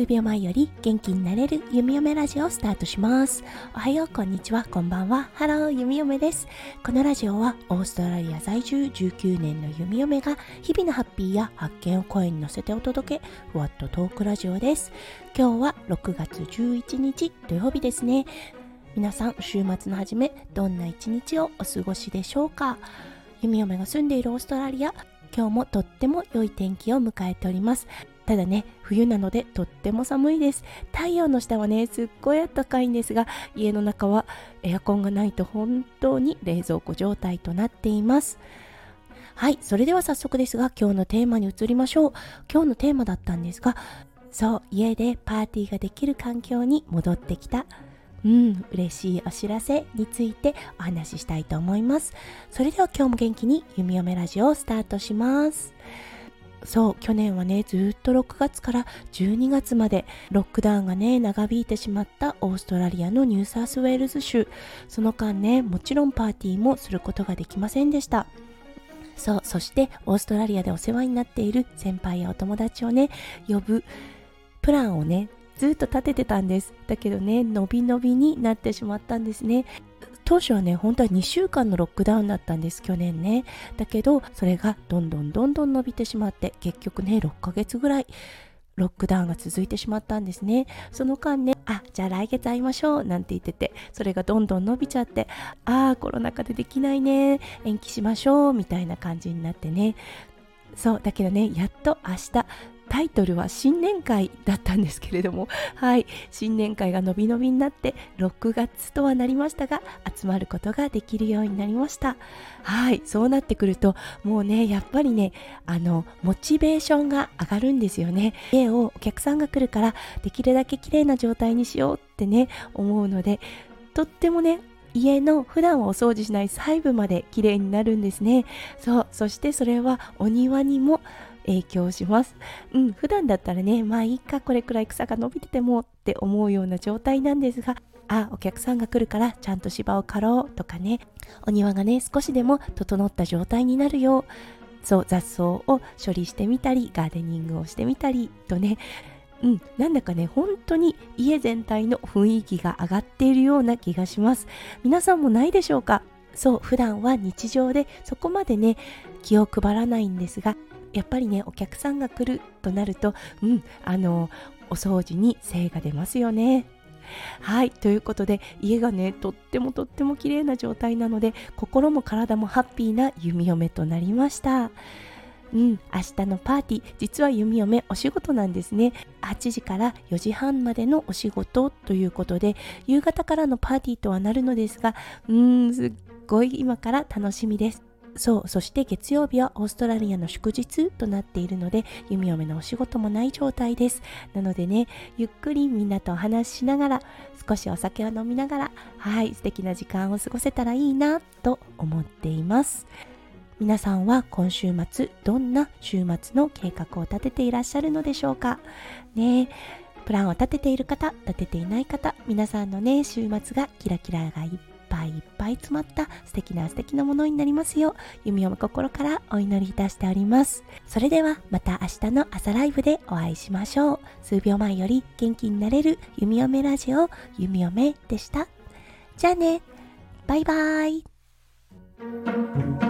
秒前より元気になれる弓嫁ラジオをスタートします。おはよう、こんにちは、こんばんは。ハロー、弓嫁です。このラジオはオーストラリア在住19年の弓嫁が日々のハッピーや発見を声に乗せてお届け、ふわっとトークラジオです。今日は6月11日土曜日ですね。皆さん、週末の初めどんな一日をお過ごしでしょうか。弓嫁が住んでいるオーストラリア、今日もとっても良い天気を迎えております。ただね、冬なのでとっても寒いです。太陽の下はね、すっごい暖かいんですが、家の中はエアコンがないと本当に冷蔵庫状態となっています。はい、それでは早速ですが、今日のテーマに移りましょう。今日のテーマだったんですが、そう、家でパーティーができる環境に戻ってきた。嬉しいお知らせについてお話ししたいと思います。それでは今日も元気に弓嫁ラジオをスタートします。そう、去年はね、ずっと6月から12月までロックダウンがね、長引いてしまったオーストラリアのニューサウスウェールズ州。その間ね、もちろんパーティーもすることができませんでした。そう、そしてオーストラリアでお世話になっている先輩やお友達をね、呼ぶプランをね、ずっと立ててたんです。だけどね、伸び伸びになってしまったんですね。当初はね、本当は2週間のロックダウンだったんです、去年ね。だけど、それがどんどん伸びてしまって、結局ね、6ヶ月ぐらいロックダウンが続いてしまったんですね。その間ね、じゃあ来月会いましょうなんて言ってて、それがどんどん伸びちゃって、コロナ禍でできないね、延期しましょうみたいな感じになってね。そう、だけどね、やっと明日、タイトルは新年会だったんですけれども、はい、新年会が伸び伸びになって6月とはなりましたが、集まることができるようになりました。はい、そうなってくるともうね、やっぱりね、モチベーションが上がるんですよね。家をお客さんが来るからできるだけ綺麗な状態にしようってね、思うので、とってもね、家の普段はお掃除しない細部まで綺麗になるんですね。そう、そしてそれはお庭にも影響します。普段だったらね、まあいいか、これくらい草が伸びててもって思うような状態なんですが、お客さんが来るからちゃんと芝を刈ろうとかね、お庭がね、少しでも整った状態になるよう、そう、雑草を処理してみたり、ガーデニングをしてみたりとね、なんだかね、本当に家全体の雰囲気が上がっているような気がします。皆さんもないでしょうか？そう、普段は日常でそこまでね、気を配らないんですが、やっぱりね、お客さんが来るとなると、お掃除に精が出ますよね。はい、ということで、家がね、とっても綺麗な状態なので、心も体もハッピーな弓嫁となりました。明日のパーティー、実は弓嫁お仕事なんですね。8時から4時半までのお仕事ということで、夕方からのパーティーとはなるのですが、すっごい今から楽しみです。そう、そして月曜日はオーストラリアの祝日となっているので、弓嫁のお仕事もない状態です。なのでね、ゆっくりみんなとお話ししながら、少しお酒を飲みながら、素敵な時間を過ごせたらいいなと思っています。皆さんは今週末、どんな週末の計画を立てていらっしゃるのでしょうかね。プランを立てている方、立てていない方、皆さんのね、週末がキラキラがいっぱい詰まった素敵なものになりますよう、弓嫁心からお祈りいたしております。それではまた明日の朝ライブでお会いしましょう。数秒前より元気になれる弓嫁ラジオ、弓嫁でした。じゃあね、バイバイ。